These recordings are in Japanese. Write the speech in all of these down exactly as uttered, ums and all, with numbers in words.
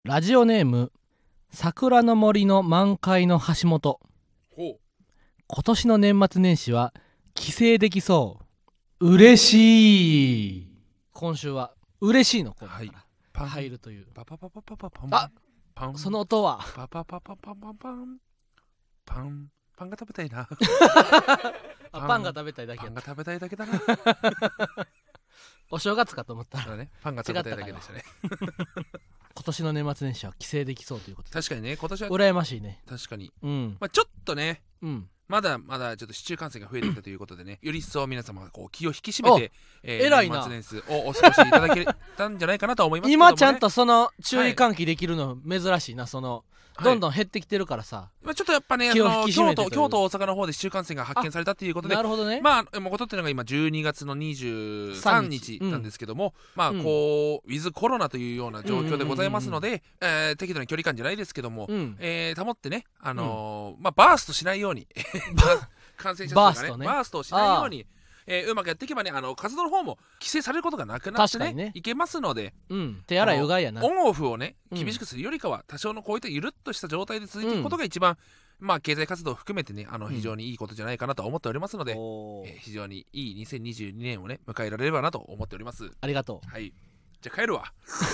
ラジオネーム桜の森の満開の橋本。 ほう。 今年の年末年始は帰省できそう。嬉しい。今週は嬉しいのコーナーから入るという。 パパパパパパパン。 あ、 パン。 その音はパパパパパパパン。パン。パンが食べたいな。 あ、パンが食べたいだけやった。 パンが食べたいだけだな。 お正月かと思ったら、 ね、パンが食べたいだけでしたね。 今年の年末年始は帰省できそうということで。 確かにね、今年は羨ましいね。 確かに、 うんまあ、ちょっとね、 うん、 まだまだちょっと市中感染が増えてきたということでね、より一層皆様がこう気を引き締めて、えー、 偉いな。 年末年始をお過ごしいただけたんじゃないかなと思いますけども、ね、 今ちゃんとその注意喚起できるの珍しいな、はい、そのどんどん減ってきてるからさ、 まあ、ちょっとやっぱね、 気を引き締めてという京都、京都大阪の方で市中感染が発見されたということで、 なるほどね。 まあもうことっていうのが今じゅうにがつのにじゅうさんにちなんですけども、うん、まあこう、うん、ウィズコロナというような状況でございますので、えー、適度な距離感じゃないですけども、うん、えー、保ってね、あのーうん、まあバーストしないように感染者数がねバーストね、バーストをしないように、えー、うまくやっていけばね、あの活動の方も規制されることがなくなってね、ねいけますので、 うん、手洗いうがいやな。 オンオフをね厳しくするよりかは、多少のこういったゆるっとした状態で続いていくことが一番、うん、まあ経済活動を含めてね、あの非常にいいことじゃないかなと思っておりますので、うん、えー、非常にいいにせんにじゅうにねんをね迎えられればなと思っております。 ありがとう。 はい、じゃあ帰るわ。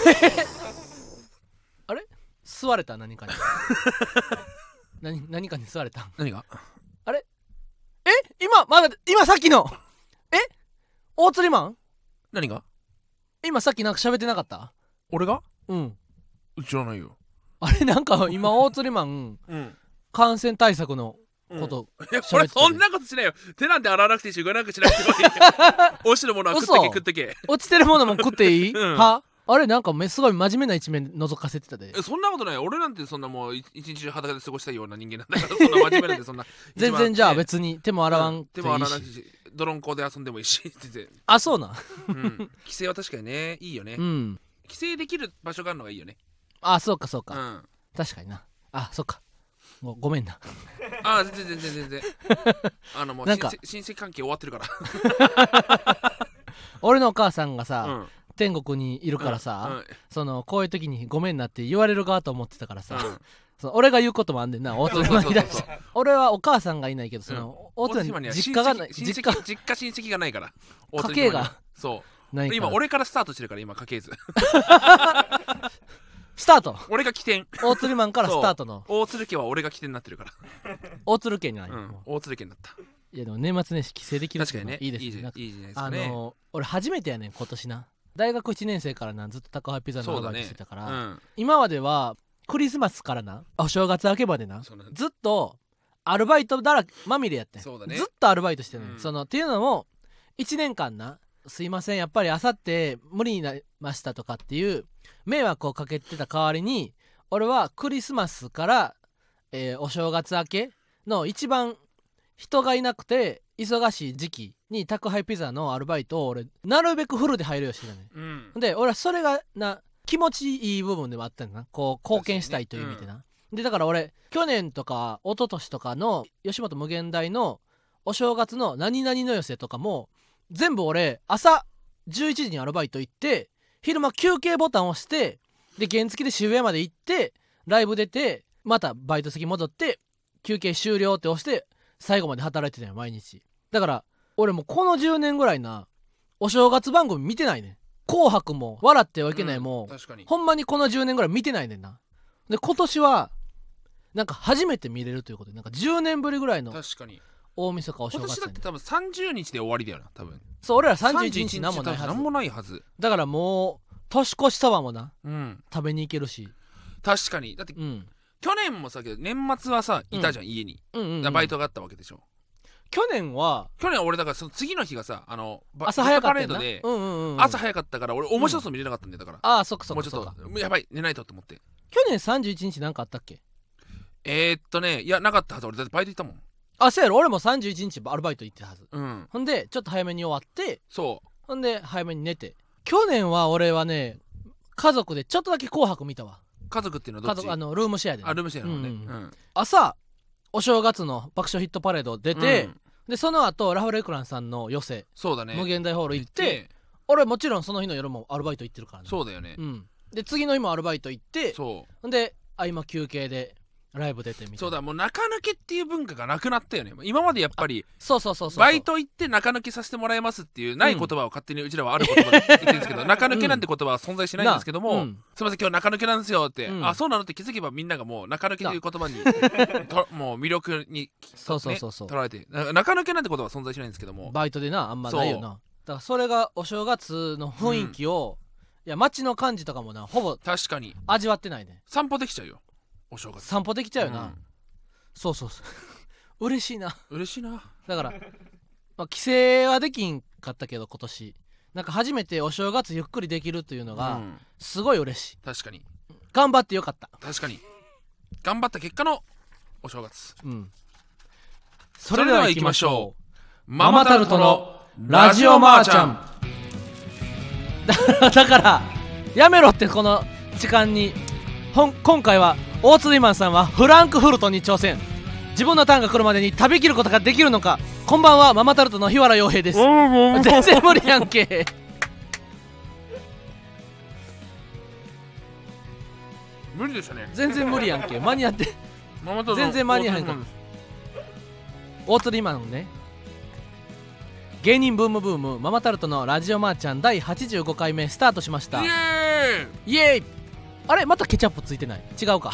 あれ座れた？何かに何, 何かに座れた？ 何が？ あれえ今まだ今さっきのえ大釣りマン？ 何が？ 今さっきなんか喋ってなかった？ 俺が？ うん知らないよ。 あれなんか今大釣りマン、うん、感染対策のこと、 うん、いやこれそんなことしないよ。手なんて洗わなくていいし、うがなくしなくてもいい。落ちてるものは食ってけ食ってけ。 落ちてるものも食っていい、うん、はあれなんかすごい真面目な一面覗かせてたで。 えそんなことない。俺なんてそんなもう一日中裸で過ごしたような人間なんだから、そんな真面目なんてそんな全然じゃあ別に手も洗わん手も洗わなくていいし、泥んこで遊んでもいいし全然。 あ、そうな、 うん、規制は確かにねいいよね、うん、規制できる場所があるのがいいよね。 あ、そうかそうか、 うん、 確かにな。あ、そうか、もうごめんな。 あ、全然全然全然あのもう親戚親戚関係終わってるから俺のお母さんがさ、 うん、 天国にいるからさ、うんうん、そのこういう時にごめんなって言われる側と思ってたからさ、うん、その俺が言うこともあんねんな。大津島にだし俺はお母さんがいないけど、その、うん、大津島に実家がない、 実家実家親戚がないから、 家系がそうないから。 今俺からスタートしてるから、今家系図スタート、 俺が起点、 大鶴マンからスタートの大鶴家は俺が起点になってるから大鶴家にない、うん、 大鶴家になった。 いやでも年末年始帰省できるっていうのはいいですね。 いいじゃないですかね。 あのー、俺初めてやねん今年な。大学いちねん生からなずっと高橋ピザのアルバイトしてたから、ね、うん、今まではクリスマスからなお正月明けまでなずっとアルバイトだらまみれやってん。そうだね、ずっとアルバイトしてんねん、うん、そのっていうのもいちねんかんな、すいませんやっぱりあさって無理になりましたとかっていう迷惑をかけてた代わりに、俺はクリスマスから、えー、お正月明けの一番人がいなくて忙しい時期に宅配ピザのアルバイトを俺なるべくフルで入るようにしてたね、うん、で俺はそれがな気持ちいい部分でもあったんだな、こう貢献したいという意味でな、うん、でだから俺去年とか一昨年とかの吉本無限大のお正月の何々の寄せとかも全部俺朝じゅういちじにアルバイト行って昼間休憩ボタンを押してで原付で渋谷まで行ってライブ出てまたバイト先戻って休憩終了って押して最後まで働いてたよ毎日。だから俺もうこのじゅうねんぐらいなお正月番組見てないねん。紅白も笑ってはいけないも、うん、確かにほんまにこのじゅうねんぐらい見てないねんな。で今年はなんか初めて見れるということで、なんかじゅうねんぶりぐらいの確かに大晦日お正月に。 今年だって多分さんじゅうにちで終わりだよな多分。 そう俺らさんじゅういちにち何もないはず。 何もないはずだからもう年越しそばもな、 うん、 食べに行けるし。 確かにだって、うん、去年もさ年末はさいたじゃん、うん、家に、うんうんうん、バイトがあったわけでしょ。 去年は去年は俺だからその次の日がさあの朝早かったパレードで、うんうんうん、朝早かったから俺面白そう見れなかったんだよ。だから、 うん、ああそっかそっかもうちょっとやばい寝ないとって思って。 去年さんじゅういちにちなんかあったっけ？ えー、っとねいやなかったはず。俺だってバイト行ったもん。 あそうやろ、俺もさんじゅういちにちアルバイト行ってたはず、 うん、 ほんでちょっと早めに終わって、 そうほんで早めに寝て。去年は俺はね家族でちょっとだけ紅白見たわ。 家族っていうのはどっち？ 家族あのルームシェアで、ね、 あルームシェアの方ね、うんうん、朝お正月の爆笑ヒットパレード出て、うん、でその後ラフレクランさんの寄せ、 そうだね、 無限大ホール行って、俺もちろんその日の夜もアルバイト行ってるからね。 そうだよね、 うん、 で次の日もアルバイト行って、 そうで合間休憩でライブ出てみたいな。 そうだ、もう中抜けっていう文化がなくなったよね。今までやっぱりそうそうそうそう、 バイト行って中抜けさせてもらいますっていうない言葉を勝手にうちらはある言葉で言ってるんですけど、うん、中抜けなんて言葉は存在しないんですけども、うん、すいません今日中抜けなんですよって、うん、あそうなのって気づけばみんながもう中抜けという言葉にもう魅力に、ね、 そうそうそうそう捉えて、中抜けなんて言葉は存在しないんですけども、 バイトでなあんまないよな。だからそれがお正月の雰囲気を、うん、いや街の感じとかもなほぼ確かに味わってないね。 散歩できちゃうよお正月。 散歩できちゃうよな、うん、そうそうそう嬉しいな嬉しいな。 だから、まあ、帰省はできんかったけど今年なんか初めてお正月ゆっくりできるというのがすごい嬉しい、 うん、確かに頑張ってよかった。 確かに頑張った結果のお正月、 うん、それでは行きましょう。 ママタルトのラジオマーちゃん。 だからやめろってこの時間に。ほん今回は大津リマンさんはフランクフルトに挑戦。自分のターンが来るまでに食べきることができるのか。こんばんはママタルトの日原洋平です。全然無理やんけ無理でしたね。 全然無理やんけ間に合ってママタルト全然間に合わへんかった。大津リマンね、芸人ブームブームママタルトのラジオマーちゃんだいはちじゅうごかいめスタートしました。 イエーイイエーイ。あれまたケチャップついてない？違うか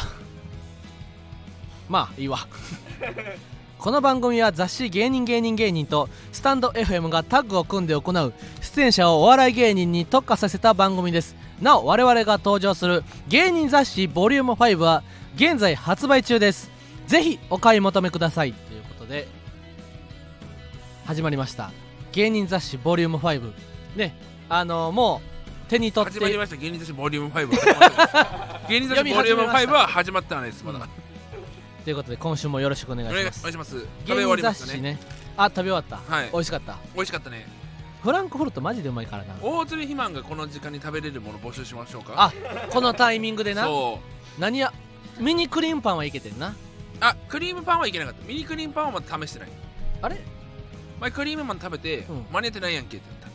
まあいいわこの番組は雑誌芸人芸人芸人とスタンド エフエム がタッグを組んで行う出演者をお笑い芸人に特化させた番組です。なお我々が登場する芸人雑誌ボリュームファイブは現在発売中です。ぜひお買い求めくださいということで始まりました芸人雑誌ボリュームファイブね。あのー、もう手に取って始まりました。芸人雑誌ボリュームファイブ芸人雑誌ボリュームファイブは始まってないですまだ、うん、 ということで今週もよろしくお願いします。 お願いします。 芸人雑誌ね。あ食べ終わった、はい、美味しかった。 美味しかったね。 フランクフルトマジでうまいからな。 大鶴肥満がこの時間に食べれるもの募集しましょうか。 あこのタイミングでな。 そう何やミニクリームパンはいけてんな。 あクリームパンはいけなかった。ミニクリームパンはまだ試してない。 あれ前クリームパン食べて、うん、間に合ってないやんけって言った。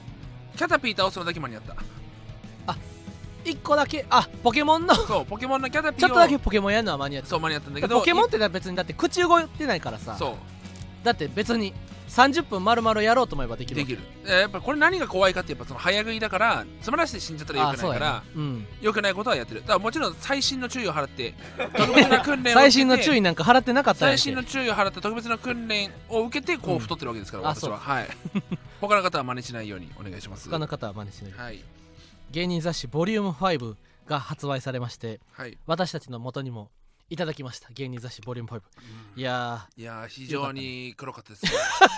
キャタピー倒すのだけ間に合った。 あいっこだけ。あポケモンのそうポケモンのキャタピーをちょっとだけポケモンやるのは間に合った。 そう間に合ったんだけどポケモンって別にだって口動いてないからさ。 そうだって別にさんじゅっぷん丸々やろうと思えばできる。 できる。やっぱこれ何が怖いかってやっぱその早食いだからつまらして死んじゃったらよくないから、うん、よくないことはやってる。だからもちろん細心の注意を払って特別な訓練を受けて細心の注意なんか払ってなかったんやんけ。 細心の注意を払って特別な訓練を受けてこう太ってるわけですから、うん、私ははい他の方は真似しないようにお願いします。 他の方は真似しない、 はい、 芸人雑誌ボリュームファイブが発売されまして、はい、私たちの元にもいただきました。芸人雑誌ボリュームファイブ、うん、いやーいやー非常に黒かったですね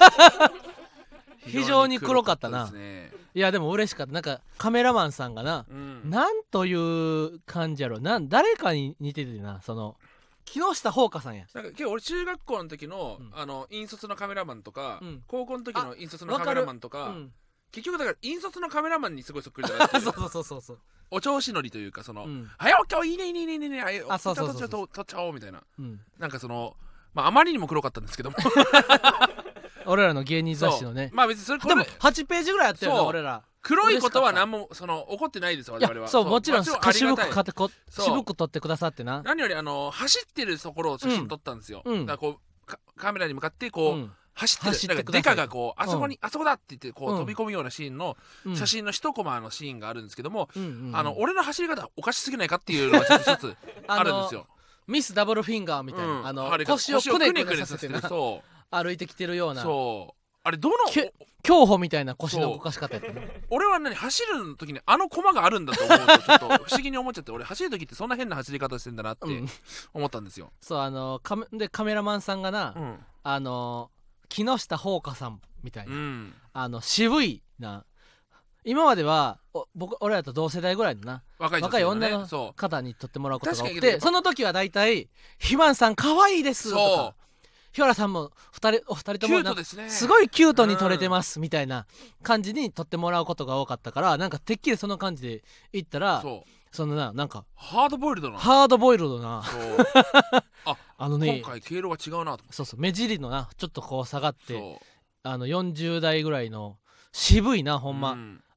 非常に黒かったな。いやでも嬉しかった。なんかカメラマンさんがな、うん、なんという感じやろなん誰かに似ててな。その木下ほうかさんや。 なんか結構俺中学校の時の、うん、あの引率のカメラマンとか、うん、高校の時の引率のカメラマンとか、うん、結局だから引率のカメラマンにすごいそっくりだなってそうそうそうそうお調子乗りというかその、うん、あやおっきゃいいねいいねいいねいいねああそうそうそうそう取っちゃおうみたいな、うん、なんかそのまああまりにも黒かったんですけども俺らの芸人雑誌のね。 まあ別にそれこれでもはちページぐらいやったよな俺ら。 黒いことは何もその怒ってないです我々は。 そうもちろん渋く買ってこ渋く撮ってくださってな。 何よりあの走ってるところを写真撮ったんですよ、うん、だからこうカメラに向かってこう、うん、走ってるなんかデカがこうあそこに、うん、あそこだって言ってこう、うん、飛び込むようなシーンの写真の一コマのシーンがあるんですけども、うんうんうん、あの俺の走り方おかしすぎないかっていうのがちょっと一つあるんですよミスダブルフィンガーみたいな、うん、あの腰をくねくねさせてな歩いてきてるような。 そうあれどの競歩みたいな腰の動かし方やったね。 俺は何走る時にあのコマがあるんだと思うとちょっと不思議に思っちゃって俺走る時ってそんな変な走り方してんだなって思ったんですよ、うん、 そうあのカメでカメラマンさんがな、うん、あの木下ほうかさんみたいな、うん、あの渋いな今までは僕俺らと同世代ぐらいのな若い、ね、若い女の方に撮ってもらうことが多くてその時はだいたいひまんさん可愛いですとか日原さんもふたりお二人ともなんかすごいキュートに撮れてますみたいな感じに撮ってもらうことが多かったからなんかてっきりその感じで言ったら そ, そのななんかハードボイルドなハードボイルドなああのね今回経路が違うなとそうそう目尻のなちょっとこう下がってあのよんじゅう代ぐらいの渋いなほんま、うん、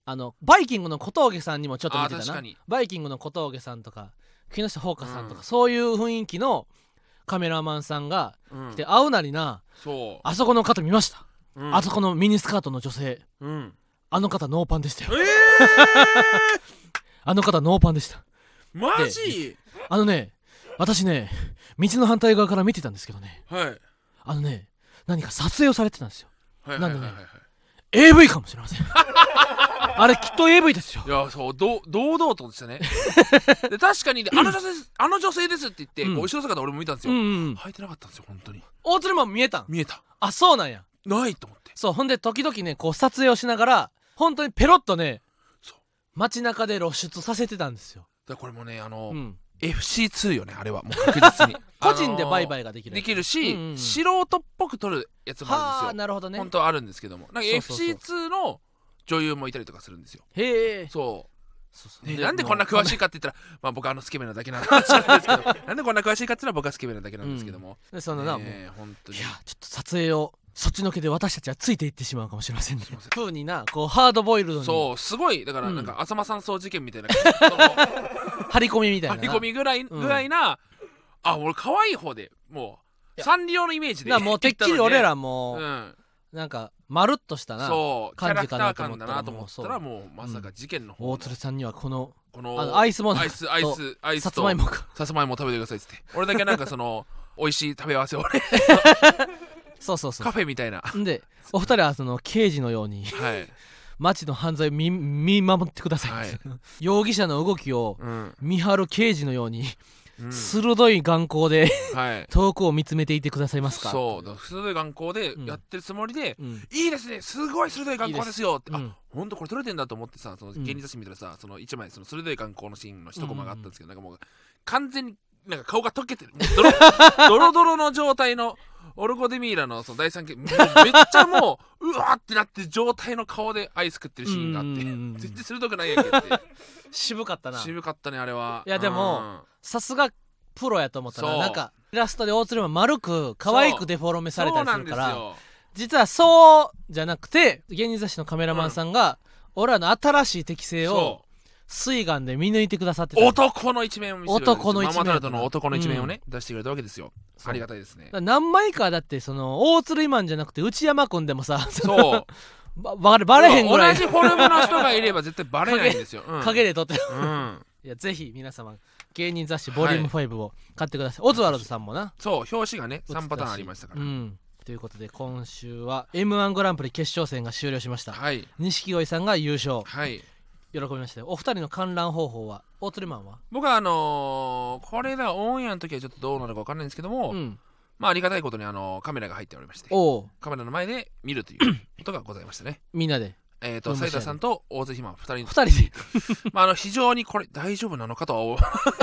あのバイキングの小峠さんにもちょっと似てたな。 確かにバイキングの小峠さんとか木下ほうかさんとか、うん、そういう雰囲気のカメラマンさんが来て、うん、会うなりな、そうあそこの方見ました、うん、あそこのミニスカートの女性、うん、あの方ノーパンでしたよ、えー、あの方ノーパンでした。 マジ？ あのね、私ね道の反対側から見てたんですけどね、 はい、 あのね何か撮影をされてたんですよ。 はいはいはいはい、 なんでね エーブイ かもしれませんあれきっと エーブイ ですよ。 いやそうど堂々としたねで確かに、ね、あの女性ですあの女性ですって言って、うん、こう後ろ姿俺も見たんですよ、うんうん、履いてなかったんですよ本当に。 大鶴マン見えたん？ 見えた。 あ、そうなんや。 ないと思って。 そう、ほんで時々ねこう撮影をしながら本当にペロッとねそう街中で露出させてたんですよ。 だからこれもねあの、うん、エフシーツー よねあれはもう確実に個人で売買ができるできるし、うんうん、素人っぽく撮るやつもあるんですよ。 はあ、なるほどね。 本当はあるんですけども、なんか エフシーツー の女優もいたりとかするんですよ。 へえ。 そうそうそう、ね、なんでこんな詳しいかって言ったらまあ僕はあのスケベなだけなんですけどなんでこんな詳しいかって言ったら僕はスケベなだけなんですけども、 うん、でそのな、 ね、もう本当にいやちょっと撮影をそっちのけで私たちはついていってしまうかもしれませんね。風になこうハードボイルドにそうすごいだからなんか浅間山荘事件みたいな張り込みみたいな張り込みぐらい、うん、ぐらいなあ俺可愛い方でもうサンリオのイメージでもうてっきり俺らもう、うん、なんかまるっとしたなそう感じかなと思ったらだなと思ったらもうまさか事件の方の、 うん、大鶴さんにはこのこのあのアイスもアイスアイスアイスとさつまいもかさつまいも食べてくださいっつって俺だけなんかその美味しい食べ合わせを俺そうそうそうカフェみたいなでお二人はその刑事のように、はい、街の犯罪を 見, 見守ってください、はい、容疑者の動きを見張る刑事のように、うん、鋭い眼光で、はい、遠くを見つめていてくださいますか。 そう鋭い眼光でやってるつもりで、うん、いいですねすごい鋭い眼光ですよって、うん、あ本当これ撮れてんだと思ってさその芸人雑誌見たらさ、うん、そのいちまいその鋭い眼光のシーンの一コマがあったんですけど、うん、なんかもう完全になんか顔が溶けてるドロドロドロの状態のオルゴデミーラ の, その第三形めっちゃもううわーってなって状態の顔でアイス食ってるシーンがあって全然鋭くないやんけって渋かったな。 渋かったねあれは。 いやでもさすがプロやと思ったらなんかイラストで大鶴は丸く可愛くデフォルメされたりするから実はそうじゃなくて芸人雑誌のカメラマンさんが、うん、俺らの新しい適性を水眼で見抜いてくださってた。 男の一面を見せてくれるんですよ。男の一面ママタルトの男の一面をね、うん、出してくれたわけですよ。ありがたいですね。 何枚かだってその大鶴イマンじゃなくて内山くんでもさそうバ, バ, レバレへんぐらい同じフォルムの人がいれば絶対バレないんですよ影, うん、影で撮って、うん、いやぜひ皆様芸人雑誌ボリュームファイブを買ってください、はい、オズワルドさんもなそう表紙がねさんパターンありましたから、うん、 ということで今週は エムワン グランプリ決勝戦が終了しました。錦鯉、はい、さんが優勝、はい、喜びましたよ。お二人の観覧方法は大鶴マンは？ 僕はあのー、これがオンエアの時はちょっとどうなのか分かんないんですけども、うん、まあありがたいことにあのカメラが入っておりましてカメラの前で見るということがございましたねみんなでえーと斉田さんと大津ひまふたりふたりでまああの非常にこれ大丈夫なのかと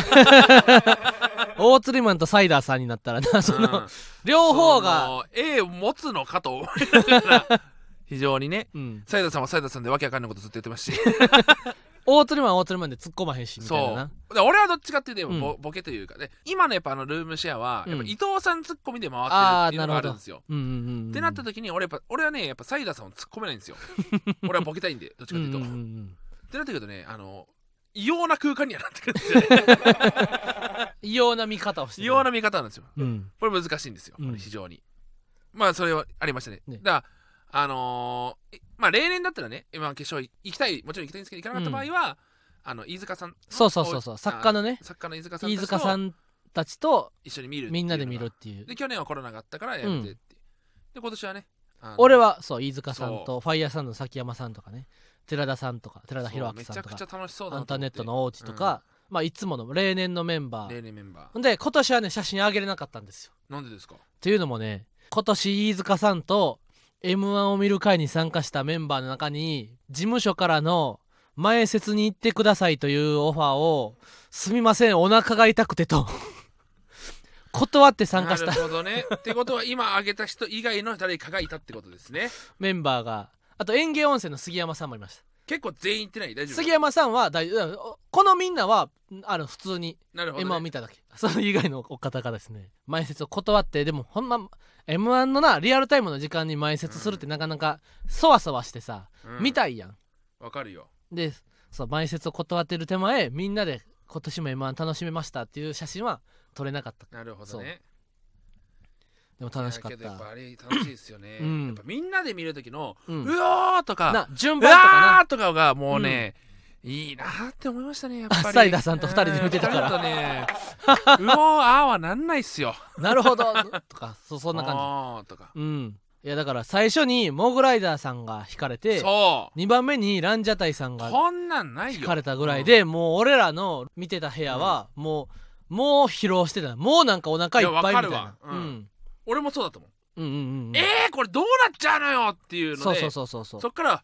大鶴マンとサイダーさんになったらなその、うん、両方が A を持つのかと思いながら非常にね、うん、サイダーさんはサイダーさんでわけわかんないことずっと言ってますし大鶴マンは大鶴マンで突っ込まへんしみたいなな。 そう俺はどっちかっていうと、うん、ボ, ボケというかね今のやっぱあのルームシェアはやっぱ伊藤さんツッコミで回ってるっていうのがあるんですよ、うんうんうんうん、ってなった時に俺やっぱ俺はねやっぱサイダーさんを突っ込めないんですよ俺はボケたいんでどっちかっていうとうんうん、うん、ってなってくるとねあの異様な空間にはなってくるんですよね異様な見方をしてる異様な見方なんですよ、うん、これ難しいんですよ、うん、非常にまあそれはありましたね、ねだからあのー、まあ例年だったらね今決勝行きたいもちろん行きたいんですけど行かなかった場合は、うんあの飯塚さんそうそうそうそう作家のね作家の飯塚さん飯塚さんたちと一緒に見るみんなで見るっていうで去年はコロナがあったからやめてって、うん、で今年はね俺はそう飯塚さんとファイヤーサンドの崎山さんとかね寺田さんとか寺田博明さんとかめちゃくちゃ楽しそうだアンターネットの王子とか、うん、まあいつもの例年のメンバー例年メンバーで今年はね写真あげれなかったんですよ。 なんでですかっていうのもね今年飯塚さんと エムワン を見る会に参加したメンバーの中に事務所からの前説に行ってくださいというオファーをすみませんお腹が痛くてと断って参加した。 なるほどねってことは今挙げた人以外の誰かがいたってことですねメンバーがあと園芸温泉の杉山さんもいました。 結構全員行ってない大丈夫杉山さんは大丈夫このみんなはあの普通に エムワン を見ただけその以外のお方がですね前説を断ってでもほんま エムワン のなリアルタイムの時間に前説するってなかなかそわそわしてさ、うん、見たいやんわかるよ。 でそう前説を断ってる手前みんなで今年も エムワン 楽しめましたっていう写真は撮れなかった。 なるほどね。 でも楽しかった。 けどやっぱあれ楽しいですよね、うん、やっぱみんなで見る時の、うん、うおーとかな順番とかなうわーとかがもうね、うん、いいなって思いましたね。やっぱりサイダーさんとふたりで見てたから、 ね、うおーあーはなんないっすよ。 なるほどとか そ, そんな感じとか、 うん、いやだから最初にモグライダーさんが引かれて、 そうにばんめにランジャタイさんが引かれたぐらいで、もう俺らの見てた部屋はもう、もう疲労してた。もうなんかお腹いっぱいみたいな。いやわかるわ、うんうん、 俺もそうだと思う。 うんうんうん、 えーこれどうなっちゃうのよっていうので、 そうそうそうそうそう、 そっから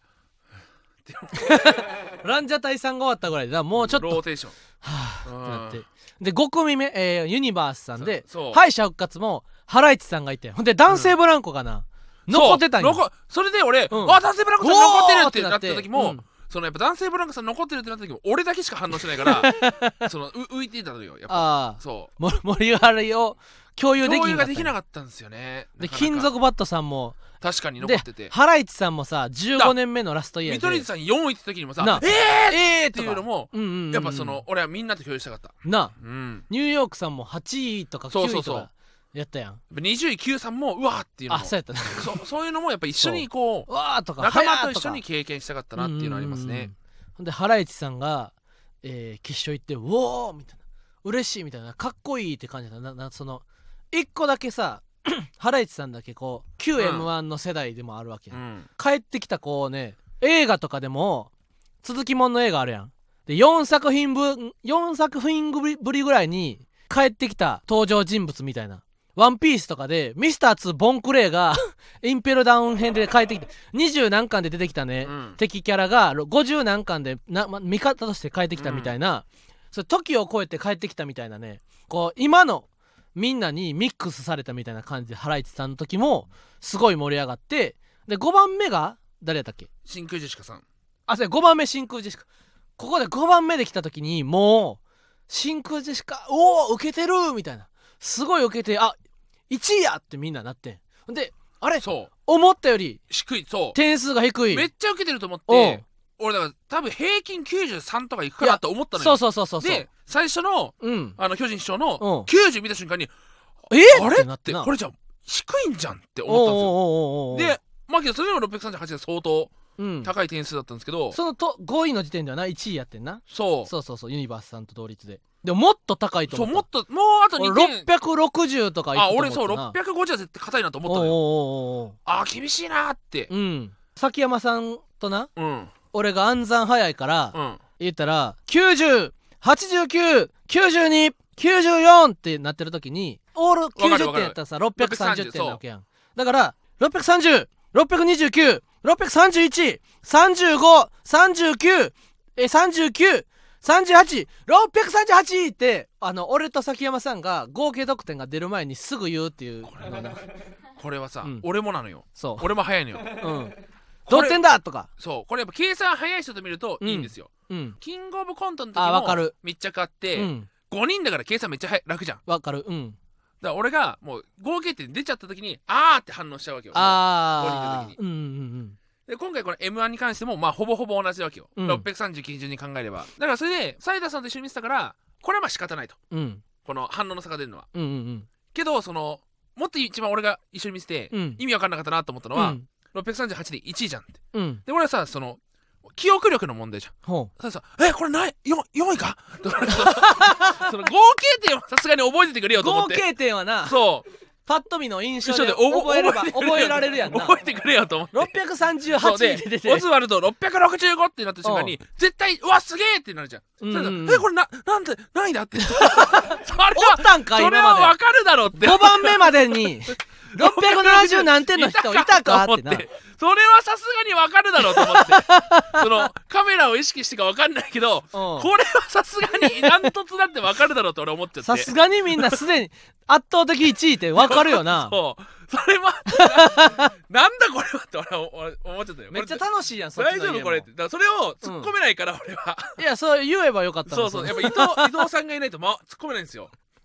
ランジャタイさんが終わったぐらいでもうちょっとローテーションはぁってなって、でごくみめ、えー、ユニバースさんで敗者復活もハライチさんがいて、ほんで男性ブランコがな、うん、残ってたんよ。 そ, それで俺、うん、あ男性ブランコさん残ってるってなった時も、うん、そのやっぱ男性ブランコさん残ってるってなった時も俺だけしか反応してないからその浮いていたのよ。やっぱあそう盛り上がりを共有できなかった。 共有ができなかったんですよね。 で金属バットさんも確かに残ってて、 ハライチさんもさじゅうごねんめのラストイヤーで見取り図さんよんいって時にもさえーえーっていうのも、うんうんうんうん、やっぱその俺はみんなと共有したかったな、 うん、 ニューヨークさんもはちいとかきゅういとかそうそうそうやったやん。 にじゅういきゅうさんもうわーっていうのもあそうやったねそ, そういうのもやっぱ一緒にこうわーとか仲間と一緒に経験したかったなっていうのありますね。 ほんでハライチさんが、えー、決勝行ってうおーみたいな嬉しいみたいなかっこいいって感じだな。なそのいっこだけさハライチさんだけこう旧 エムワン の世代でもあるわけや、うん、帰ってきたこうね映画とかでも続きもんの映画あるやん。でよんさく品分よんさく品ぶりぐらいに帰ってきた登場人物みたいな。ワンピースとかでミスターツーボンクレーがインペルダウン編で帰ってきてにじゅう何巻で出てきたね、うん、敵キャラがごじゅう何巻でな、ま、味方として帰ってきたみたいな、うん、それ時を超えて帰ってきたみたいなね。こう今のみんなにミックスされたみたいな感じでハライチさんの時もすごい盛り上がって、でごばんめが誰やったっけ。 真空ジェシカさん。 あそれごばんめ真空ジェシカ。ここでごばんめで来た時にもう真空ジェシカおお受けてるみたいな、すごい受けてあいちいやってみんななってんで、あれそう思ったより低い、そう点数が低い、 めっちゃ受けてると思って、俺だから多分平均きゅうじゅうさんとかいくかなと思ったのよ。 そうそうそうそう。 で最初の、うん、あの巨人師匠のきゅうじゅう見た瞬間に、 えー、 あれってこれじゃ低いんじゃんって思ったんですよ。でまあけどそれでもろっぴゃくさんじゅうはちで相当高い点数だったんですけど、うん、 そのとごいの時点ではないちいやってんな。 そうそうそうそうユニバースさんと同率で。でももっと高いと思った。 そうもっともうあとにてんろっぴゃくろくじゅうとかいくと思ったな。あ俺そうろっぴゃくごじゅうは絶対硬いなと思ったのよ。おーおーおーあ厳しいなって。 うん崎山さんとな、うん、俺が暗算早いから、うん、言ったらきゅうじゅう、はちじゅうきゅう、きゅうじゅうに、きゅうじゅうよんってなってる時にオールきゅうじゅってんやったらさろっぴゃくさんじゅってんなわけやん。だからろっぴゃくさんじゅう、ろっぴゃくにじゅうきゅう、ろっぴゃくさんじゅういち、さんじゅうご、さんじゅうきゅう、えさんじゅうきゅう、さんじゅうはち、ろっぴゃくさんじゅうはちってあの俺と崎山さんが合計得点が出る前にすぐ言うっていう。これこれはさ、うん、俺もなのよ。そう俺も早いのよ。うん同点だとか。 そうこれやっぱ計算早い人と見るといいんですよ、うんうん、キングオブコントの時も密着あって、うん、ごにんだから計算めっちゃ楽じゃん。 わかる。うんだから俺がもう合計点出ちゃった時にあーって反応しちゃうわけよ。あごにんの時に、うんうんうん、で今回この エムワン に関してもまあほぼほぼ同じわけよ、うん、ろっぴゃくさんじゅう基準に考えれば。だからそれでサイダーさんと一緒に見てたからこれはまあ仕方ないと、うん、この反応の差が出るのは、うんうんうん、けどそのもっと一番俺が一緒に見てて、うん、意味わかんなかったなと思ったのは、うん、ろっぴゃくさんじゅうはちでいちいじゃんって、うん、で俺はさその記憶力の問題じゃん。ほうさえこれない 4, 4位かその合計点はさすがに覚えててくれよと思って。 合計点はなそうパッと見の印象で覚えれば覚えられるやんな。 覚えてくれよと思ってろっぴゃくさんじゅうはちで出てオズワルドろっぴゃくろくじゅうごってなった瞬間に絶対うわすげえってなるじゃん。うんうんうん、えこれななんで何位だってそれはおったんかそれは分かるだろってごばんめまでにろっぴゃくななじゅう何点の人いたかってな。 それはさすがに分かるだろうと思ってそのカメラを意識してか分かんないけどこれはさすがにダントツだって分かるだろうって俺思っちゃって。 さすがにみんなすでに圧倒的いちいって分かるよなそうそれはな, なんだこれはって俺は思っちゃったよ。 めっちゃ楽しいやん。 そっちの家も大丈夫これってだからそれを突っ込めないから俺は、 うん、いやそう言えばよかったそうそうやっぱ伊藤伊藤さんがいないと、ま、突っ込めないんですよ。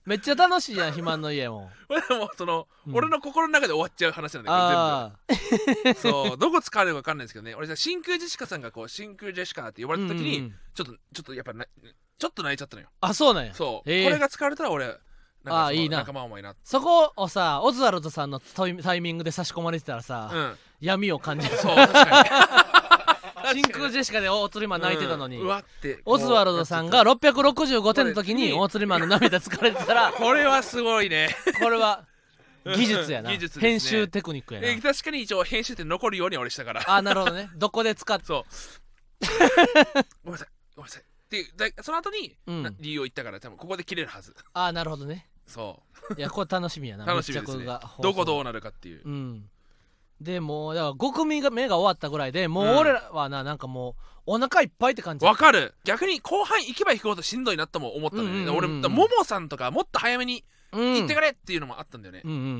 めっちゃ楽しいやん肥満の家もでもその、うん、俺の心の中で終わっちゃう話なんだけど全部そうどこ使われるか分かんないですけどね俺さ真空ジェシカさんがこう真空ジェシカって呼ばれた時に、うんうん、ちょっとちょっとやっぱなちょっと泣いちゃったのよ。 あそうなんや。 そう、えー、これが使われたら俺なんかあいいな仲間思いなそこをさオズワルドさんのタイミングで差し込まれてたらさ、うん、闇を感じる。 そう確かに真空ジェシカで大釣りマン泣いてたのに、 うん、うわってオズワルドさんがろっぴゃくろくじゅうごてんの時に大釣りマンの涙疲れてたらこれはすごいねこれは技術やな技術、ね、編集テクニックやな、 えー、確かに一応編集って残るように俺したからあなるほどねどこで使ってそうごめんなさいごめんなさいでその後に、うん、理由を言ったから多分ここで切れるはず。 あなるほどね。 そういやこれ楽しみやな楽しみですねどこどうなるかっていう、 うん、でもうだからご組が目が終わったぐらいでもう俺らはな、うん、なんかもうお腹いっぱいって感じ。 わかる。逆に後半行けば行くほどしんどいなとも思ったんだよね、うんうんうん、俺ももさんとかもっと早めに行ってくれっていうのもあったんだよね、 うんうんうんうん、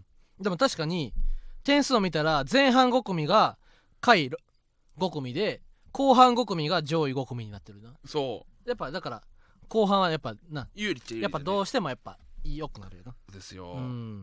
でも確かに点数を見たら前半ご組が下位ご組で後半ご組が上位ご組になってるな。 そうやっぱだから後半はやっぱな有利っちゃ有利、ね、 やっぱどうしてもやっぱ良くなるよな。 ですよ、 うん、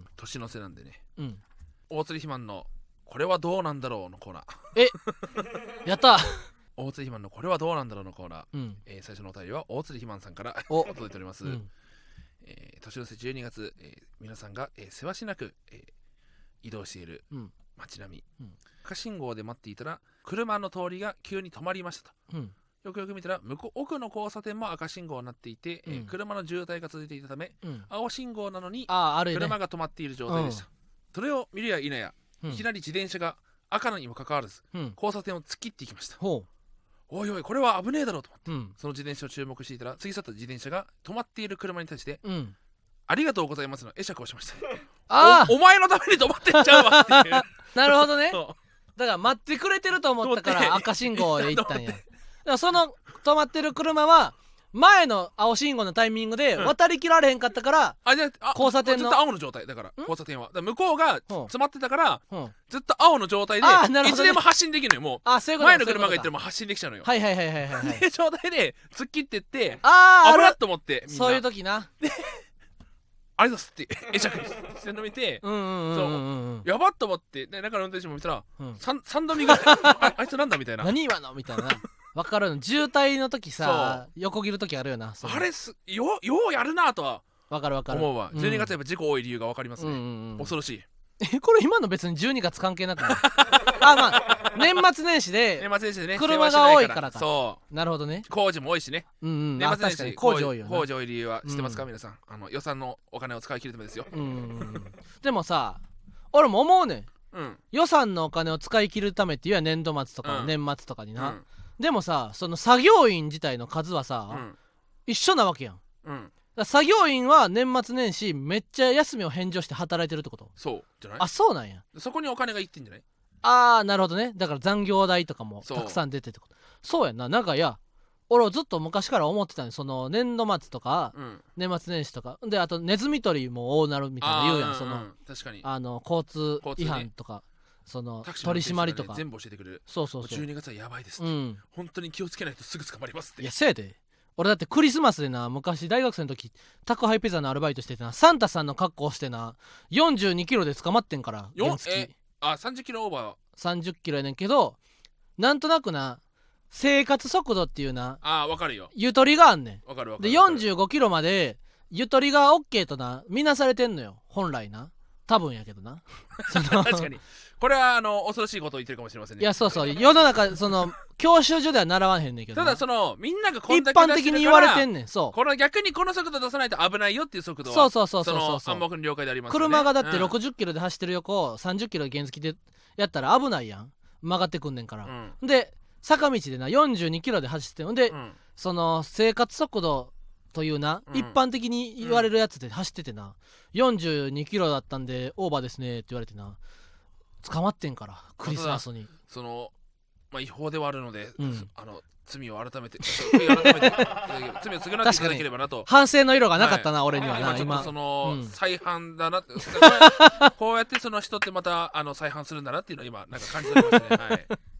年の瀬なんでね、 うん、 大釣り肥満のこれはどうなんだろうのコーナーえやった大釣り肥満のこれはどうなんだろうのコーナー、 うんえー、最初のお便りは大釣り肥満さんから届いております、うんえー、年の瀬じゅうにがつ、えー、皆さんが、えー、せわしなく、えー、移動している街並み、うん、赤信号で待っていたら車の通りが急に止まりましたと、うん、よくよく見たら向こう奥の交差点も赤信号になっていて、うんえー、車の渋滞が続いていたため、うん、青信号なのに車が止まっている状態でした、うん、それを見るや否や、うん、いきなり自転車が赤のにもかかわらず、うん、交差点を突っ切っていきました。ほうおいおいこれは危ねえだろうと思って、うん、その自転車を注目していたら過ぎ去った自転車が止まっている車に対して、うん、ありがとうございますの会釈をしましたあ お, お前のために止まってんちゃうわっていうなるほどねだから待ってくれてると思ったから赤信号で行ったんやだからその止まってる車は前の青信号のタイミングで渡りきられへんかったから、うん、 あじゃあ交差点のずっと青の状態だから交差点はだから向こうが詰まってたから、うん、ずっと青の状態で、ね、いつでも発進できるのよもうあそういうこと前の車が行っても発進できちゃうのよはいはいはいはいはい、はい、 で状態で突っ切ってってあ危なっと思ってみんなそういう時なでありがとうございますって会釈しての見てそうやばっと思ってで中の運転手も見たら、うん、3, 3度見があ, あいつなんだみたいな何今のみたいな分かるの渋滞の時さ横切る時あるよなあれすよようやるなとは分かる分かる思うわ、うん、じゅうにがつやっぱ事故多い理由が分かりますね、うんうんうん、恐ろしいえこれ今の別にじゅうにがつ関係なくないあまあ年末年始で年末年始でね車が多いからかそうなるほどね工事も多いしね、 うんうん、 年末年始工事多いよな工事多い理由は知ってますか、うん、皆さんあの予算のお金を使い切るためですよ、うんうんでもさ俺も思うねん、うん、予算のお金を使い切るためっていうのは年度末とか年末とかにな、うん、でもさその作業員自体の数はさ、うん、一緒なわけやん、うん、だ作業員は年末年始めっちゃ休みを返上して働いてるってこと？ そうじゃない？ あそうなんや。 そこにお金がいってんじゃない？ あーなるほどね。だから残業代とかもたくさん出てってこと。そうやんな。なんかいや俺ずっと昔から思ってたんでその年度末とか、うん、年末年始とかであとネズミ捕りも多なるみたいな言うやん、その、うん、 確かにあの交通違反とか、ね、その取り締まりとか全部教えてくれる。 そうそうそうじゅうにがつはやばいですって、うん、本当に気をつけないとすぐ捕まりますって。 いやせやで俺だってクリスマスでな昔大学生の時宅配ピザのアルバイトしててなサンタさんの格好をしてなよんじゅうにキロで捕まってんから原付えあさんじゅっキロオーバーさんじゅっキロやねんけどなんとなくな生活速度っていうなあ分かるよゆとりがあんねん。 分かる分かるでよんじゅうごキロまでゆとりが OK とな見なされてんのよ本来な多分やけどな確かにこれはあの恐ろしいことを言ってるかもしれませんね。 いやそうそう世の中その教習所では習わへんねんけどただそのみんながこんだけ一般的に言われてんねん。そうこの逆にこの速度出さないと危ないよっていう速度はそうそうそうそうそうその暗黙の了解でありますよね。 車がだってろくじゅっキロで走ってる横をさんじゅっキロで原付でやったら危ないやん曲がってくんねんから、うん、で坂道でなよんじゅうにキロで走ってんで、うん、その生活速度というな、うん、一般的に言われるやつで走っててな、うん、よんじゅうにキロだったんでオーバーですねって言われてな捕まってんからクリスマスにその、まあ、違法ではあるので、うん、あの罪を改めて罪を改めて罪を償っていただければなと反省の色がなかったな、はい、俺にはな今ちょっとその、うん、再犯だなってこうやってその人ってまたあの再犯するんだなっていうのは今なんか感じてましたね、はい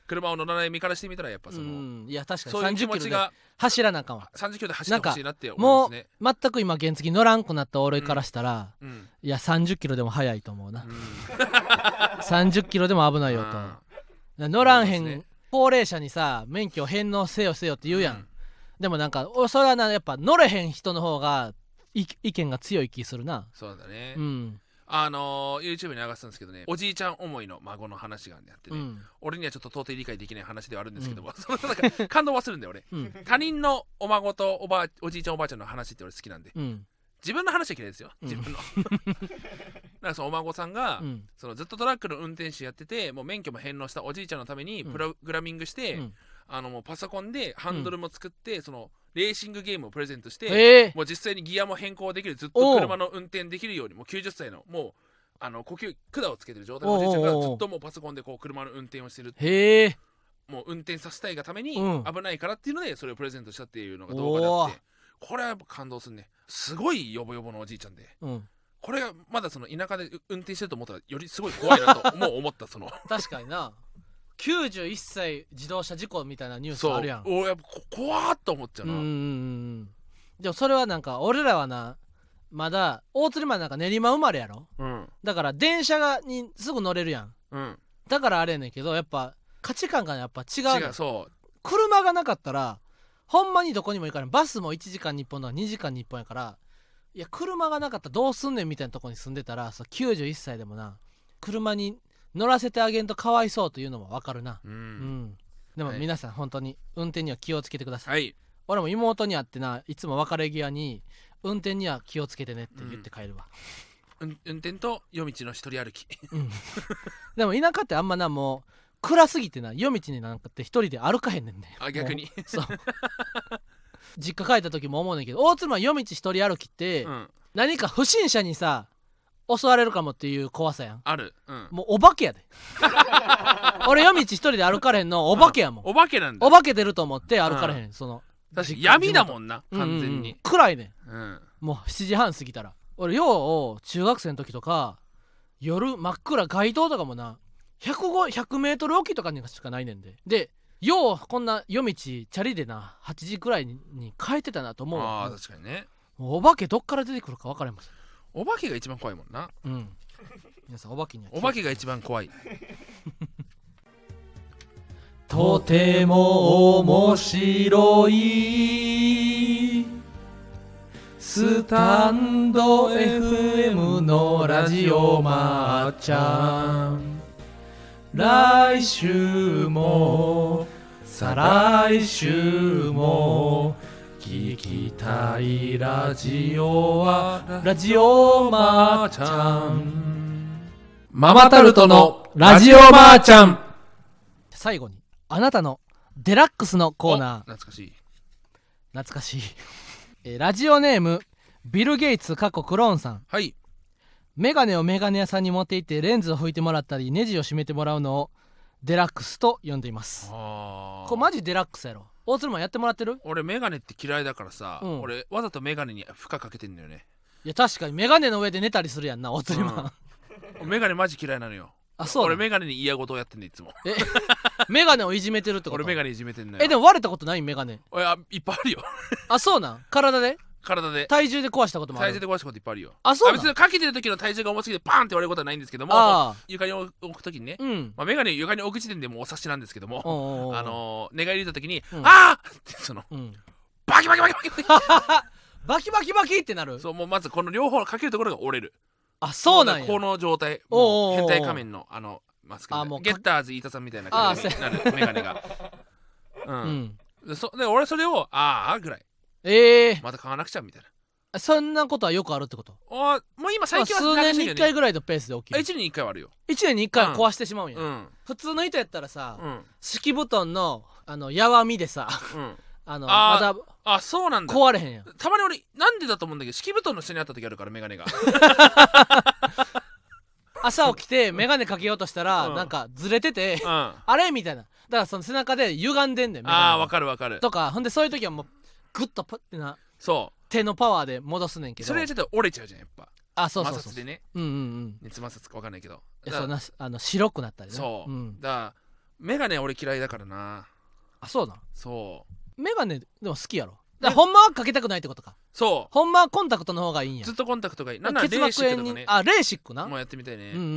車を乗らない身からしてみたらやっぱその、うん、 いや確かにさんじゅっキロで走らなあかんわ。 さんじゅっキロで走ってほしいなって思いますね。 もう全く今原付乗らんくなった俺からしたら、うんうん、いやさんじゅっキロでも速いと思うな、うん、さんじゅっキロでも危ないよと、うん、乗らんへん、ね、高齢者にさ免許返納せよせよって言うやん、うん、でもなんかそれはなやっぱ乗れへん人の方が意見が強い気するな。 そうだね、 うん、 あのー、YouTube に流すんですけどね、おじいちゃん思いの孫の話があってね、うん、俺にはちょっと到底理解できない話ではあるんですけども、うん、そのなんか感動はするんだよ俺、うん、他人のお孫とおばあおじいちゃんおばあちゃんの話って俺好きなんで、うん、自分の話は嫌いですよ、自分の、うん、だからそのお孫さんが、うん、そのずっとトラックの運転手やってて、もう免許も返納したおじいちゃんのためにプログラミングして、うん、あのもうパソコンでハンドルも作って、うん、そのレーシングゲームをプレゼントして、えー、もう実際にギアも変更できる、ずっと車の運転できるように、もうきゅうじゅっさいのもうあの呼吸管をつけてる状態のおじいちゃんがずっともうパソコンでこう車の運転をしてる。 へえ。 もう運転させたいがために危ないからっていうのでそれをプレゼントしたっていうのが動画であって、これはやっぱ感動するね。すごいヨボヨボのおじいちゃんで、うん、これがまだその田舎で運転してると思ったらよりすごい怖いなともう思った。その確かにな、きゅうじゅういっさい自動車事故みたいなニュースあるやん。 そうおやっぱ怖ーっと思っちゃうな。うんうんうん。でもそれはなんか俺らはなまだ大鶴マンなんか練馬生まれやろ、うん、だから電車がにすぐ乗れるやん、うん、だからあれやねんけどやっぱ価値観がやっぱ違うねん。 違う。そう車がなかったらほんまにどこにも行かない。バスもいちじかんにいっぽんだからにじかんにいっぽんやから、いや車がなかったらどうすんねんみたいなとこに住んでたら、そうきゅうじゅういっさいでもな車に乗らせてあげんとかわいそうというのも分かるな、うん、うん、でも皆さん、はい、本当に運転には気をつけてください、はい、俺も妹に会ってないつも別れ際に運転には気をつけてねって言って帰るわ、 うん、運転と夜道の一人歩き、 うん、でも田舎ってあんまなもう暗すぎてな夜道になんかって一人で歩かへんねんね。 あ逆にそう実家帰った時も思うねんけど、大妻夜道一人歩きって、うん、何か不審者にさ襲われるかもっていう怖さやん。 ある、うん、 もうお化けやで俺夜道一人で歩かれへんのお化けやもん、 うん、お化けなんだ。 お化け出ると思って歩かれへん、うん、その確かに闇だもんな完全に、 うんうん、暗いねん、うん、もうしちじはん過ぎたら。俺よう中学生の時とか夜真っ暗、街灯とかもなひゃくごじゅう、ひゃくメートルおきとかにしかないねんで。でようこんな夜道チャリでなはちじくらいに帰ってたなと思う。 ああ確かにね。 もうお化けどっから出てくるか分からへんもん。 お化けが一番怖いもんな。 うん。皆さんお化けにはお化けが一番怖いとても面白いスタンド エフエム のラジオまーちゃん、来週も再来週も聞きたいラジオはラジオまーちゃん、ママタルトのラジオまーちゃん。最後にあなたのデラックスのコーナー。 懐かしい懐かしいえラジオネームビル・ゲイツ過去クローンさん。 はい。 メガネをメガネ屋さんに持って行ってレンズを拭いてもらったりネジを締めてもらうのをデラックスと呼んでいます。あこれマジデラックスやろ。大鶴マンやってもらってる？ 俺メガネって嫌いだからさ、うん、俺わざとメガネに負荷かけてんだよね。 いや確かにメガネの上で寝たりするやんな大鶴マン、 うん、メガネマジ嫌いなのよ。あそう俺メガネに嫌事をやってんねいつも。 えメガネをいじめてるってこと？ 俺メガネいじめてんのよ。 えでも割れたことないメガネ？ あいっぱいあるよあそうなん？体で？ 体で体重で壊したこともある。 体重で壊したこといっぱいあるよ。 あそうなん？ 別にかけてる時の体重が重すぎてパーンって割れることはないんですけども、床に置く時にね、うんまあ、メガネを床に置く時点でもうお察しなんですけども、おうおうおうあのー、寝返り入れた時に、うん、あーってその、うん、バキバキバキバキバキバキバキってなる。 そうもうまずこの両方かけるところが折れる。 あそうなんや。 この状態もう変態仮面のあのマスクでゲッターズ飯田さんみたいな感じになるメガネがうん、うん、そで俺それをああぐらいええー、また買わなくちゃみたいな。 そんなことはよくあるってこと？ あもう今最近は数年にいっかいぐらいのペースで起きる。 いちねんにいっかいはあるよ。 いちねんにいっかいは壊してしまうんや、うん、普通の人やったらさ、うん、敷布団のあのやわみでさ、うん、あのまだあそうなんだ壊れへんやん。 たまに俺なんでだと思うんだけど敷布団の下にあった時あるからメガネが朝起きてメガネかけようとしたら、うん、なんかずれてて、うん、あれみたいな。だからその背中で歪んでんねん。 ああわかるわかるとかほんでそういう時はもうグッとパッてなそう手のパワーで戻すねんけど、 それはちょっと折れちゃうじゃんやっぱ。 あそうそうそう摩擦でね、 うんうんうん熱摩擦か分かんないけどいやそうなあの白くなったりね。 そう、うん、だからメガネ俺嫌いだからな。 あ、そうなん。 そうメガネでも好きやろ。だからほんまはかけたくないってことか。 そうほんまはコンタクトの方がいいんや。 ずっとコンタクトがいい。なんなら結レーシックとかね。 膜炎にあ、レーシックな。 もうやってみたいね。 うんうんうん。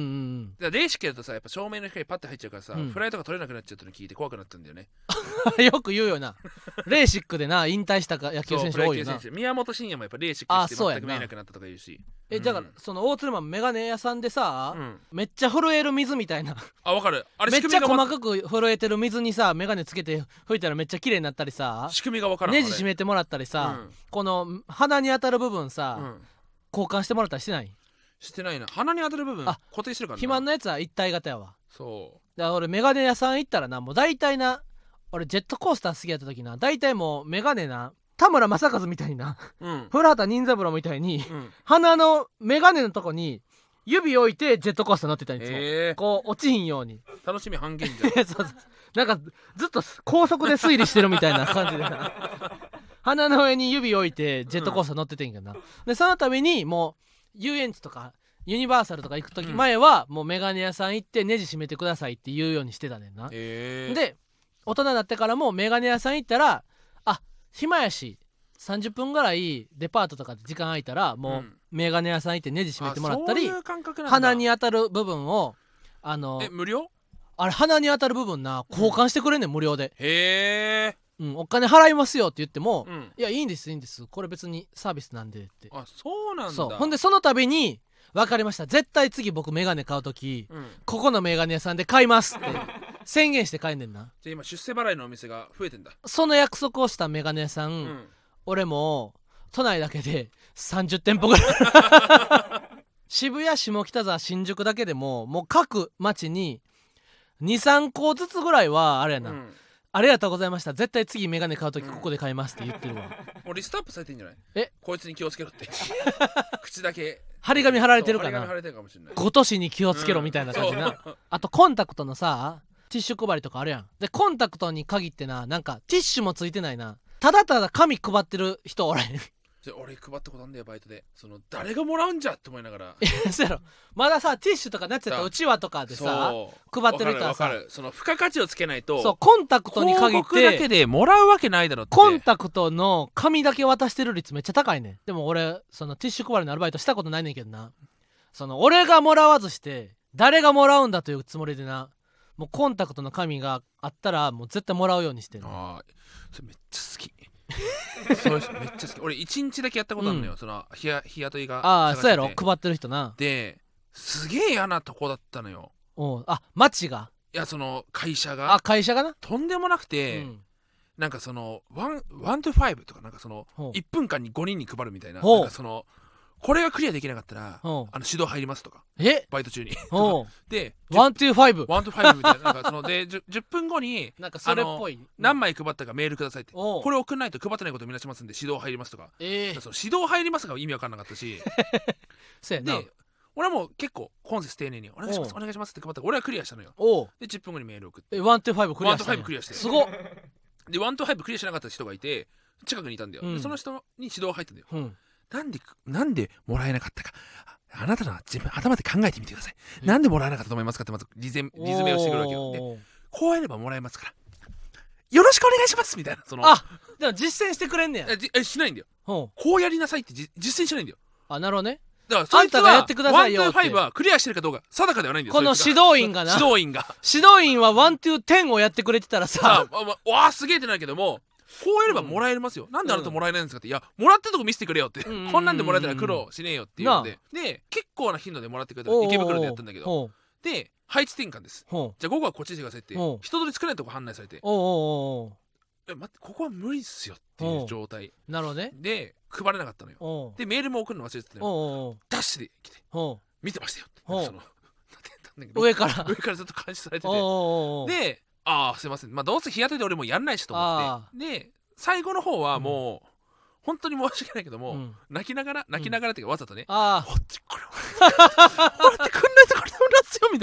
だからレーシックやるとさ、やっぱ照明の光パッて入っちゃうからさ、 うんフライとか取れなくなっちゃったの聞いて怖くなったんだよね。 よく言うよな。レーシックでな引退したか野球選手多いよな。 宮本慎也もやっぱレーシックして全く見えなくなったとか言うし。 え、だからその大鶴マンメガネ屋さんでさ、 うん、 めっちゃ震える水みたいな。 あ、わかる。あれめっちゃ細かく震えてる水にさメガネつけて吹いたらめっちゃ綺麗になったりさ、 仕組みがわからん。 ネジ締めてもらったりさ、うん、この鼻に当たる部分さ、うん、交換してもらったりしてない？ してないな。鼻に当たる部分固定してるからな。 肥満のやつは一体型やわ。 そうだから俺メガネ屋さん行ったらな、もう大体な、俺ジェットコースター好きやった時な、大体もうメガネな田村正和みたいにな、うん、古畑任三郎みたいに、うん、鼻のメガネのとこに指置いてジェットコースター乗ってたんですよ、えー、こう落ちひんように。 楽しみ半減じゃん。 そうそう、なんかずっと高速で推理してるみたいな感じでな鼻の上に指置いてジェットコースター乗っててんけどな、うん、でそのためにもう遊園地とかユニバーサルとか行く時前はもうメガネ屋さん行ってネジ締めてくださいって言うようにしてたねんな、えー、で大人になってからもメガネ屋さん行ったら、あ、暇やしさんじゅっぷんぐらいデパートとかで時間空いたらもうメガネ屋さん行ってネジ締めてもらったり、うん、鼻に当たる部分をあのえ無料？ あれ鼻に当たる部分な交換してくれんねん、うん、無料で。 へえ、 うん、お金払いますよって言っても、うん、いやいいんですいいんですこれ別にサービスなんでって。 あ、そうなんだ。 そう、ほんでその度に分かりました、絶対次僕メガネ買うとき、うん、ここのメガネ屋さんで買いますって宣言して買えんねんな。 じゃあ今出世払いのお店が増えてんだ。 その約束をしたメガネ屋さん、うん、俺も都内だけでさんじゅってんぽぐらい渋谷、下北沢、新宿だけでももう各町に にさんこずつぐらいはあれやな、うん、ありがとうございました、絶対次メガネ買うときここで買いますって言ってるわ、うん、 もうリストアップされてんじゃない？ え、 こいつに気をつけろって口だけ張り紙貼られてるかな。 張り紙貼られてるかもしれない。 ご年に気をつけろみたいな感じな、うん、あとコンタクトのさティッシュ配りとかあるやん。でコンタクトに限ってな、なんかティッシュもついてないな、ただただ紙配ってる人おらへん俺配ったことあんだよバイトで。その誰がもらうんじゃって思いながらそうやろ、まださティッシュとかなっちゃったうちわとかでさ配ってる人はさ、 その付加価値をつけないと、 そうコンタクトに限って広告だけでもらうわけないだろって。 コンタクトの紙だけ渡してる率めっちゃ高いねん。でも俺そのティッシュ配りのアルバイトしたことないねんけどな、その俺がもらわずして誰がもらうんだというつもりでな、もうコンタクトの紙があったらもう絶対もらうようにしてる。 ああ、それめっちゃ好きそうです、めっちゃ好き。俺いちにちだけやったことあるのよ、うん、その日や日雇いが。 ああ、そうやろ、配ってる人な。 ですげえ嫌なとこだったのよ。 おあ、町が、 いやその会社が、 あ、会社がな、 とんでもなくて、うん、なんかそのワンワントゥファイブとかなんかそのいっぷんかんにごにんに配るみたいな、なんかそのこれがクリアできなかったらあの指導入りますとか、 えバイト中にでワントゥーファイブワントゥーファイブみたいな、なんかそので 10, じゅっぷんごになんかそれっぽい、 何枚配ったかメールくださいって、これ送んないと配ってないことを見なしますんで指導入りますとか、えー、その指導入りますが意味わかんなかったしそうやな。 で俺はもう結構今節丁寧にお願いしますお願いしますって配ったら俺はクリアしたのよ。でじゅっぷんごにメール送って、 ワントゥーファイブクリアした。 ワントゥーファイブクリアして、 すごっ。 でワントゥーファイブクリアしなかった人がいて近くにいたんだよ、うん、でその人に指導入ったんだよ、うん、なんでなんでもらえなかったかあなたの自分頭で考えてみてください。なんでもらえなかったと思いますかってまずリゼリズメをしてくるわけよ。でこうやればもらえますからよろしくお願いしますみたいな、そのあでも実践してくれんねや。 えしないんだよ、こうやりなさいって実践しないんだよ。 あ、なるほどね。 だからそいつはワントゥーファイブはクリアしてるかどうか定かではないんだよ。 この指導員がな指導員が指導員はワントゥーテンをやってくれてたらさあ、わあすげえってなるけども、こうやればもらえますよ、うん、なんであなたもらえないんですかって、いやもらってるとこ見せてくれよって、うん、こんなんでもらえたら苦労しねえよっていうので、で結構な頻度でもらってくれたら池袋でやったんだけど、で配置転換です、じゃあ午後はこっちしてくださいって人通り少ないとこ案内されて、おうえ待ってここは無理っすよっていう状態。 なるほどね。 で配れなかったのよ。でメールも送るの忘れてたのよ。ダッシュで来て見てましたよって、その上から上からずっと監視されてて、でああすいません、まあどうせ日雇いで俺もやんないしと思って、で最後の方はもう、うん、本当に申し訳ないけども、うん、泣きながら泣きながらっていうかわざとね、ああこっちこれもらってくんないとこれでもらすよみたいな、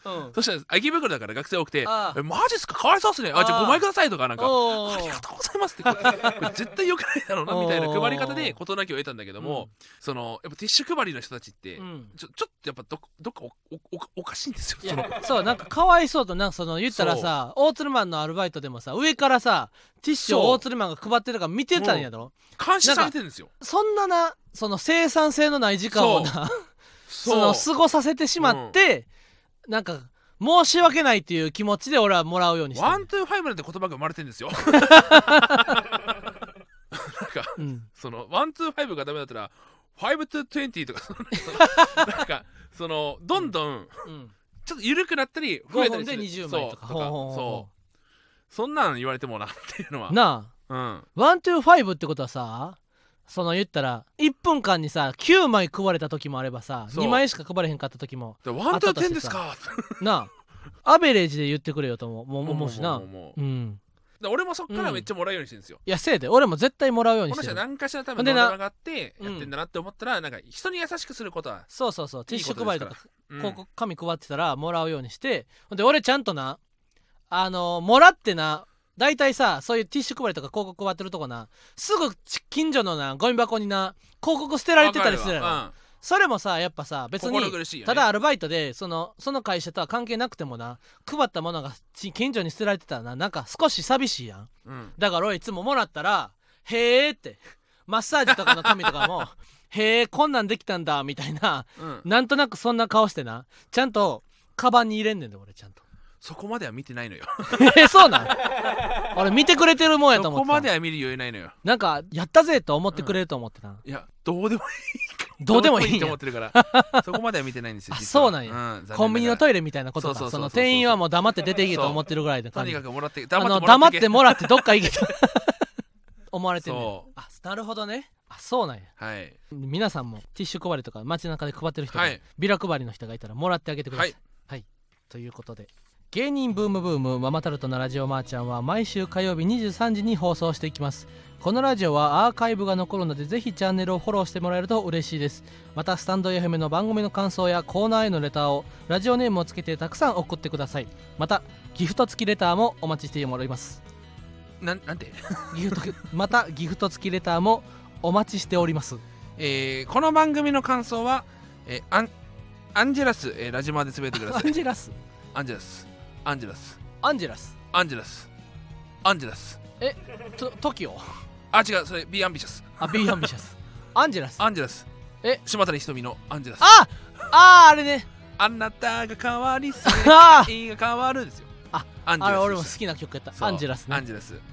そしたら空き袋だから学生多くて「えマジっすかかわいそうっすねあじゃあごまいください」とかなんか「ありがとうございます」ってこれこれ絶対よくないだろうなみたいな配り方で事なきを得たんだけども、そのやっぱティッシュ配りの人たちってちょちょっとやっぱどどっかおおおかしいんですよ。そのそうなんかかわいそうとなんかその言ったらさ大鶴マンのアルバイトでもさ上からさティッシュを大鶴マンが配ってるから見てたんやろ。 監視されてるんですよ。 そんななその生産性のない時間をなその過ごさせてしまって、うん、なんか申し訳ないっていう気持ちで俺はもらうようにしてワントゥーファイブなんて言葉が生まれてるんですよ。なんか、うん、そのワントゥーファイブがダメだったらファイブトゥートゥエンティーとかなんかそのどんどん、うん、ちょっと緩くなったり増えたりする。 ごほんでにじゅうまいとかそうとかそうそんなん言われてもなっていうのはなあ、うん、ワントゥーファイブってことはさその言ったらいっぷんかんにさきゅうまい配れた時もあればさにまいしか配れへんかった時もワントゥーテンですかなあアベレージで言ってくれよと思うもうしなうん俺もそっからめっちゃもらうようにしてるんですよ、 うん、いやせいで俺も絶対もらうようにしてる。 この人は何かしら多分ノルマがあってやってんだなって思ったら、うん、なんか人に優しくすることはそうそうそうティッシュ配りとか広告紙配ってたらもらうようにして、うん、で俺ちゃんとなあのー、もらってな大体さそういうティッシュ配りとか広告配ってるとこなすぐ近所のなゴミ箱にな広告捨てられてたりするやろ、うん、それもさやっぱさ別に、ね、ただアルバイトでそのその会社とは関係なくてもな配ったものが近所に捨てられてたらななんか少し寂しいやん、うん、だから俺いつももらったらへーってマッサージとかの紙とかもへーこんなんできたんだみたいな、うん、なんとなくそんな顔してなちゃんとカバンに入れんねんで俺ちゃんとそこまでは見てないのよ。 えそうなん俺見てくれてるもんやと思ってた。 そこまでは見る余裕ないのよ。 なんかやったぜと思ってくれると思ってた、うん、 いやどうでもいいどうでもいいと思ってるからそこまでは見てないんですよ。 あそうなんや、うん、コンビニのトイレみたいなことか。その店員はもう黙って出ていけと思ってるぐらいでとにかくもらって黙ってもらって黙ってもらってどっか行けと思われてる、ね、あなるほどね。あそうなんや、はい、皆さんもティッシュ配りとか街中で配ってる人が、はい、ビラ配りの人がいたらもらってあげてください、はいはい、ということで芸人ブームブームママタルトのラジオマーちゃんは毎週火曜日にじゅうさんじに放送していきます。このラジオはアーカイブが残るのでぜひチャンネルをフォローしてもらえると嬉しいです。またスタンド エフエム の番組の感想やコーナーへのレターをラジオネームをつけてたくさん送ってください。またギフト付きレターもお待ちしております。 な, なんてギフトまたギフト付きレターもお待ちしております。 えー、この番組の感想は、えー、ア, ンアンジェラス、えー、ラジマでつぶやいてください。 アンジェラスアンジェラスアンジェラスアンジェラスアンジェラスアンジェラスえとトキオあ違うそれ Be Ambitious あ Be Ambitious アンジェラスアンジェラスえ島谷ひとみのアンジェラスあああれねあなたが変わり世界が変わるですよ。 あアンジェラスあれ俺も好きな曲やったアンジェラスねアンジェラス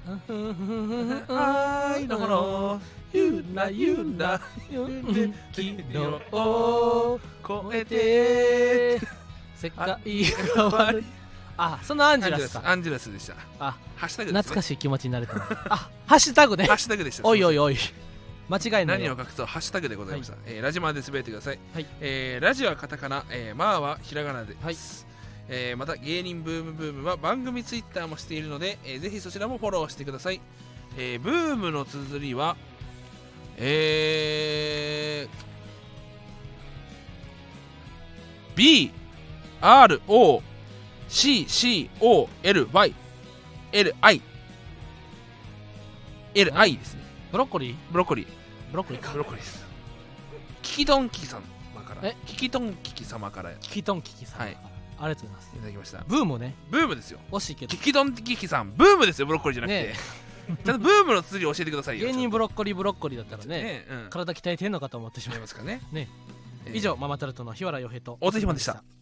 愛のもの言うな言うな昨日を超えて世界が変わるあそのアンジェラスかアンジェラスでした。あハッシュタグです、ね、 懐かしい気持ちになれたあハッシュタグねハッシュタグでした。 おいおいおい間違いない。 何を隠そうハッシュタグでございました、はいえー、ラジマでつぶやいてください、はいえー、ラジはカタカナ、えー、マーはひらがなです、はいえー、また芸人ブームブームは番組ツイッターもしているので、えー、ぜひそちらもフォローしてください、えー、ブームの綴りはえー B R O C C O L Y L I L I ですね。 ブロッコリーブロッコリーブロッコリーかブロッコリーです。キキドンキキ様からえキキドンキキ様からキキドンキキ様、はい、ありがとうございます。 いただきました。 ブームねブームですよ。 惜しいけどキキドンキキさんブームですよ。ブロッコリーじゃなくて、ね、ちゃんとブームの綴りを教えてくださいよ。 芸人ブロッコリーブロッコリーだったらね、ねうん、体鍛えてんのかと思ってしまいますかね。ね以上ママタルトの日原洋平と大津ひまでした。